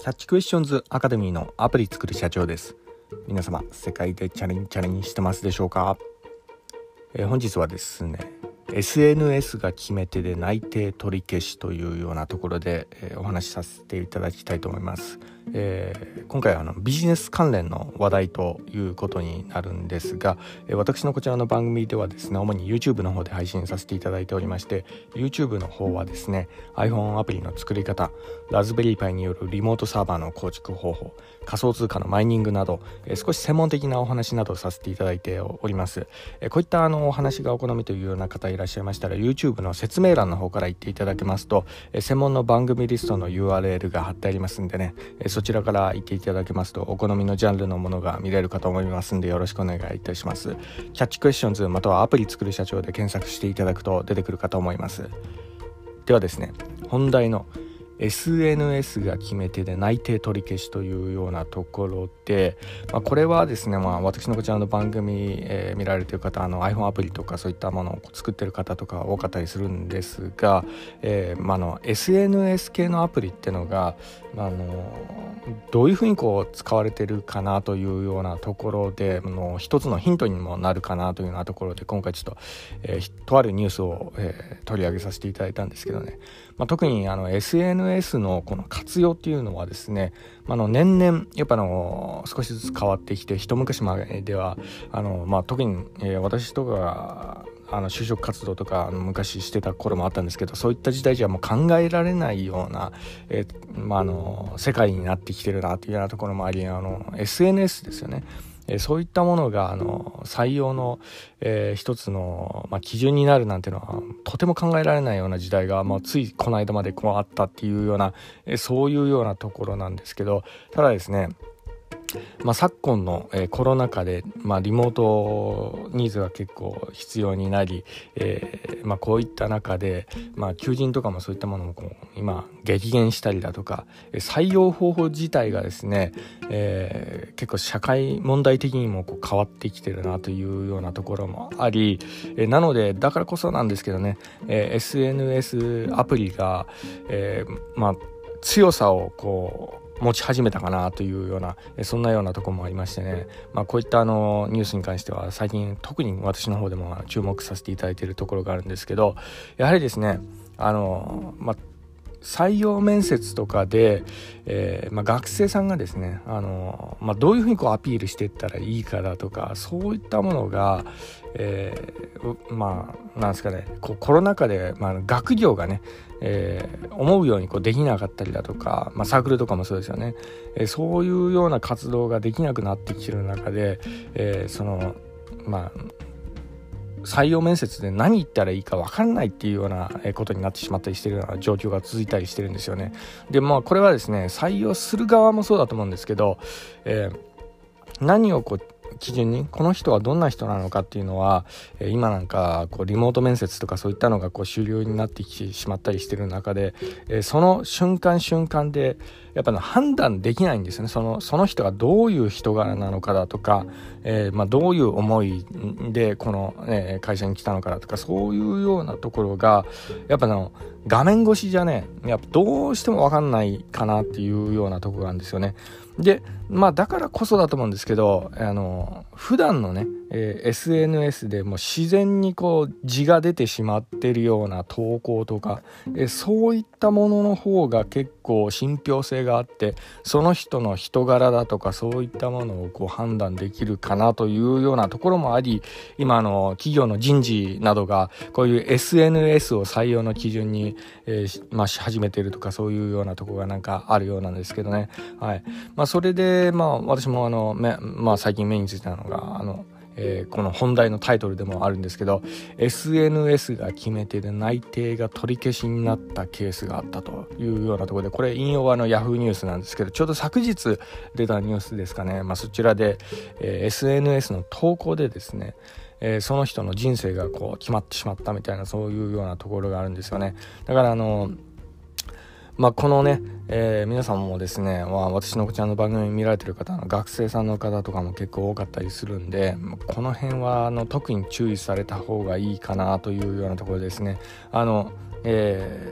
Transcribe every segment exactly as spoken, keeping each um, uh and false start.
キャッチクエスチョンズアカデミーのアプリ作る社長です。皆様世界でチャレンジチャレンジしてますでしょうか。えー、本日はですね エスエヌエス が決め手で内定取り消しというようなところで、えー、お話しさせていただきたいと思います。えー、今回はあのビジネス関連の話題ということになるんですが、えー、私のこちらの番組ではですね主に YouTube の方で配信させていただいておりまして、 YouTube の方はですね iPhone アプリの作り方、ラズベリーパイによるリモートサーバーの構築方法、仮想通貨のマイニングなど、えー、少し専門的なお話などをさせていただいております。えー、こういったあのお話がお好みというような方いらっしゃいましたら YouTube の説明欄の方から行っていただけますと、えー、専門の番組リストの ユーアールエル が貼ってありますんでね、えー、そちらから行っていただけますとお好みのジャンルのものが見れるかと思いますんでよろしくお願いいたします。キャッチクエスチョンズまたはアプリ作る社長で検索していただくと出てくるかと思います。ではですね、本題の エスエヌエス が決め手で内定取り消しというようなところで、まあ、これはですね、まあ、私のこちらの番組、えー、見られている方、あの iPhone アプリとかそういったものを作っている方とか多かったりするんですが、えーまあ、の エスエヌエス 系のアプリっていうのが、まあ、のどういうふうにこう使われているかなというようなところでの一つのヒントにもなるかなというようなところで、今回ちょっと、えー、とあるニュースを、えー、取り上げさせていただいたんですけどね、まあ、特にあの エスエヌエス のこの活用っていうのはですね、まあ、の年々やっぱの少しずつ変わってきて、一昔前ではあの、まあ、特に、えー、私とかがあの就職活動とか昔してた頃もあったんですけど、そういった時代じゃもう考えられないような、えーまあ、あの世界になってきてるなというようなところもあり、あの エスエヌエス ですよね。えー、そういったものがあの採用の、えー、一つの、まあ、基準になるなんていうのはとても考えられないような時代が、まあ、ついこの間までこうあったっていうような、えー、そういうようなところなんですけど、ただですね、まあ、昨今の、えー、コロナ禍で、まあ、リモートニーズが結構必要になり、えーまあ、こういった中で、まあ、求人とかもそういったものもこう今激減したりだとか、採用方法自体がですね、えー、結構社会問題的にもこう変わってきてるなというようなところもあり、えー、なのでだからこそなんですけどね、えー、エスエヌエス アプリが、えー、まあ強さをこう持ち始めたかなというような、そんなようなところもありましてね、まあ、こういったあのニュースに関しては最近特に私の方でも注目させていただいているところがあるんですけど、やはりですね、あの、まあ、採用面接とかで、えーまあ、学生さんがですね、あの、まあ、どういうふうにこうアピールしていったらいいかだとか、そういったものが、えー、まあなんですかね、こうコロナ禍で、まあ、学業がね、えー、思うようにこうできなかったりだとか、まあ、サークルとかもそうですよね、えー、そういうような活動ができなくなってきている中で、えー、そのまあ採用面接で何言ったらいいか分からないっていうようなことになってしまったりしているような状況が続いたりしてるんですよね。でまあこれはですね、採用する側もそうだと思うんですけど、えー、何をこう基準にこの人はどんな人なのかっていうのは、えー、今なんかこうリモート面接とかそういったのがこう主流になってきてしまったりしている中で、えー、その瞬間瞬間でやっぱ、ね、判断できないんですよね。その、その人がどういう人柄なのかだとか、えーまあ、どういう思いでこの、ね、会社に来たのかだとか、そういうようなところがやっぱの画面越しじゃねやっぱどうしても分かんないかなっていうようなところなんですよね。でまあだからこそだと思うんですけど、あの普段のね、えー、エスエヌエス でも自然にこう字が出てしまってるような投稿とか、えー、そういったものの方が結構信憑性があって、その人の人柄だとかそういったものをこう判断できるかなというようなところもあり、今の企業の人事などがこういう エスエヌエス を採用の基準に、えーまあ、し始めているとか、そういうようなところがなんかあるようなんですけどね。はい。まあ、それでまあ私もあの、まあ、最近目についたのがあのえー、この本題のタイトルでもあるんですけど、 エスエヌエス が決め手で内定が取り消しになったケースがあったというようなところで、これ引用はあのヤフーニュースなんですけど、ちょうど昨日出たニュースですかね。まあ、そちらで、えー、エスエヌエス の投稿でですね、えー、その人の人生がこう決まってしまったみたいな、そういうようなところがあるんですよね。だからあのまあ、このね、えー、皆さんもですね、まあ、私のこちらの番組見られてる方の学生さんの方とかも結構多かったりするんで、この辺はあの特に注意された方がいいかなというようなところですね。あの、えー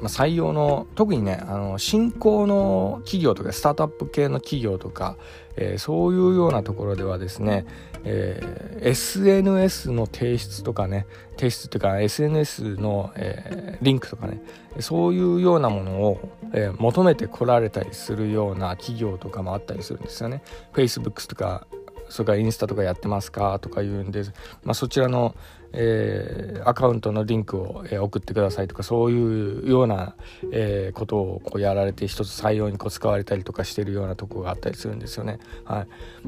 まあ、採用の特にねあの新興の企業とかスタートアップ系の企業とか、えー、そういうようなところではですね、えー、エスエヌエス の提出とかね提出っていうか エスエヌエス の、えー、リンクとかねそういうようなものを、えー、求めてこられたりするような企業とかもあったりするんですよね。 Facebook とかそれからインスタとかやってますかとか言うんで、まあ、そちらの、えー、アカウントのリンクを、えー、送ってくださいとかそういうような、えー、ことをこうやられて一つ採用にこう使われたりとかしているようなところがあったりするんですよね。はい、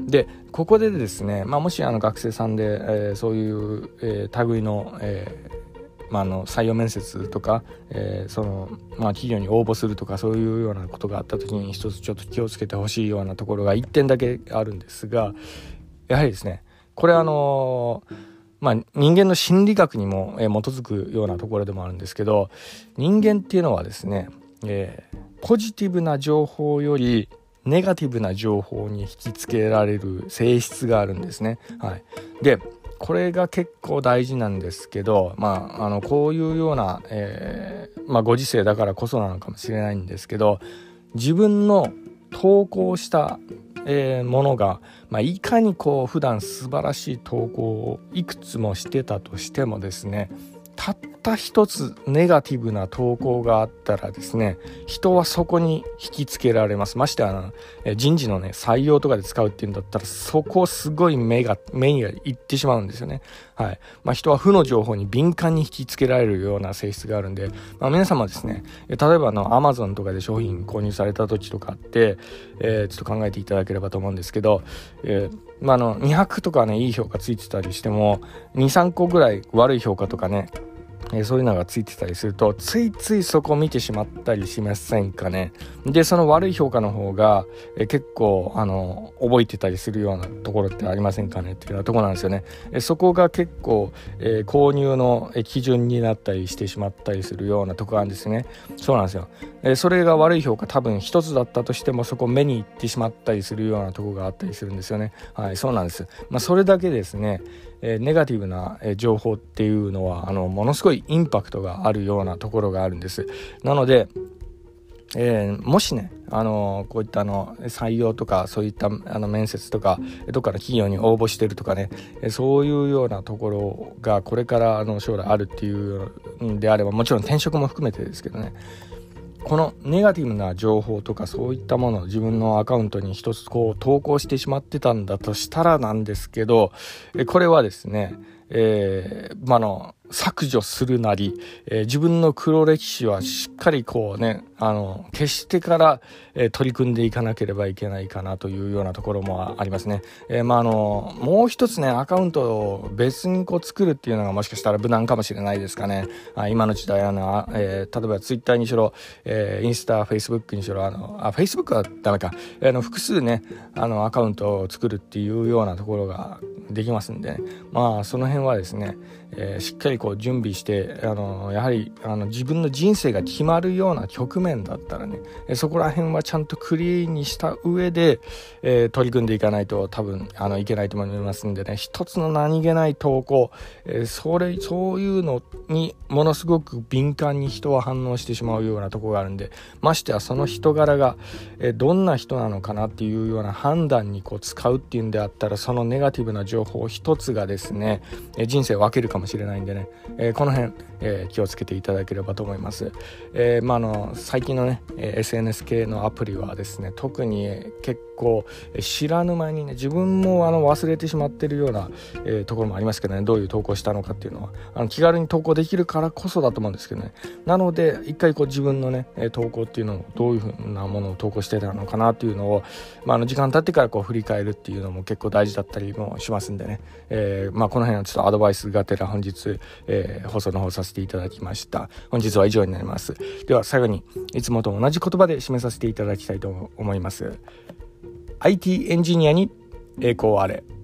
でここでですね、まあ、もしあの学生さんで、えー、そういう、えー、類の、えーまあ、あの採用面接とか、えーそのまあ、企業に応募するとかそういうようなことがあった時に一つちょっと気をつけてほしいようなところがいってんだけあるんですが、やはりですねこれあのーまあ、人間の心理学にも、えー、基づくようなところでもあるんですけど、人間っていうのはですね、えー、ポジティブな情報よりネガティブな情報に引きつけられる性質があるんですね。はい、でこれが結構大事なんですけど、まあ、あのこういうような、えーまあ、ご時世だからこそなのかもしれないんですけど、自分の投稿した、えー、ものが、まあ、いかにこう普段素晴らしい投稿をいくつもしてたとしてもですね、たった一つネガティブな投稿があったらですね、人はそこに引きつけられます。ましてや人事のね採用とかで使うっていうんだったらそこすごい目が目にいってしまうんですよね。はい。まあ、人は負の情報に敏感に引きつけられるような性質があるんで、まあ、皆様ですね、例えばあの Amazon とかで商品購入された時とかって、えー、ちょっと考えていただければと思うんですけど、えーまあ、あのにひゃくとかねいい評価ついてたりしても にさんこぐらい悪い評価とかね、えー、そういうのがついてたりするとついついそこを見てしまったりしませんかね。でその悪い評価の方が、えー、結構あの覚えてたりするようなところってありませんかねっていうようなところなんですよね。えー、そこが結構、えー、購入の基準になったりしてしまったりするようなところなんですね。そうなんですよ。えー、それが悪い評価多分一つだったとしてもそこ目に行ってしまったりするようなところがあったりするんですよね。はい、そうなんです。まあ、それだけですね、えー、ネガティブな、えー、情報っていうのはあのものすごいインパクトがあるようなところがあるんです。なので、えー、もしね、あのー、こういったあの採用とかそういったあの面接とかどっかの企業に応募してるとかね、えー、そういうようなところがこれからあの将来あるっていうんであれば、もちろん転職も含めてですけどね、このネガティブな情報とかそういったものを自分のアカウントに一つこう投稿してしまってたんだとしたらなんですけど、えこれはですね、えー、まあの削除するなり、えー、自分の黒歴史はしっかりこうねあの消してから、えー、取り組んでいかなければいけないかなというようなところもありますね。えー、まああのもう一つねアカウントを別にこう作るっていうのがもしかしたら無難かもしれないですかね。あ今の時代あの、えー、例えばツイッターにしろ、えー、インスタ、フェイスブックにしろあのあフェイスブックはダメか、あの複数ねあのアカウントを作るっていうようなところができますんで、ね、まあその辺はですね、えー、しっかりこう準備してあのやはりあの自分の人生が決まるような局面だったらね、えー、そこら辺はちゃんとクリーンにした上で、えー、取り組んでいかないと多分あのいけないと思いますんでね、一つの何気ない投稿、えー、それそういうのにものすごく敏感に人は反応してしまうようなところがあるんで、ましてやその人柄が、えー、どんな人なのかなっていうような判断にこう使うっていうんであったら、そのネガティブな情報一つがですね、えー、人生を分けるかもしれないんでね、えー、この辺、えー、気をつけていただければと思います。えーまあ、あの最近のね エスエヌエス 系のアプリはですね、特に結構知らぬ間にね自分もあの忘れてしまってるような、えー、ところもありますけどね、どういう投稿したのかっていうのはあの気軽に投稿できるからこそだと思うんですけどね。なので一回こう自分のね投稿っていうのをどういうふうなものを投稿してたのかなっていうのを、まあ、あの時間経ってからこう振り返るっていうのも結構大事だったりもしますんでね、えーまあ、この辺はちょっとアドバイスがてら本日、えー、放送の方させていただきました。本日は以上になります。では最後にいつもと同じ言葉で締めさせていただきたいと思います。アイティー エンジニアに栄光あれ。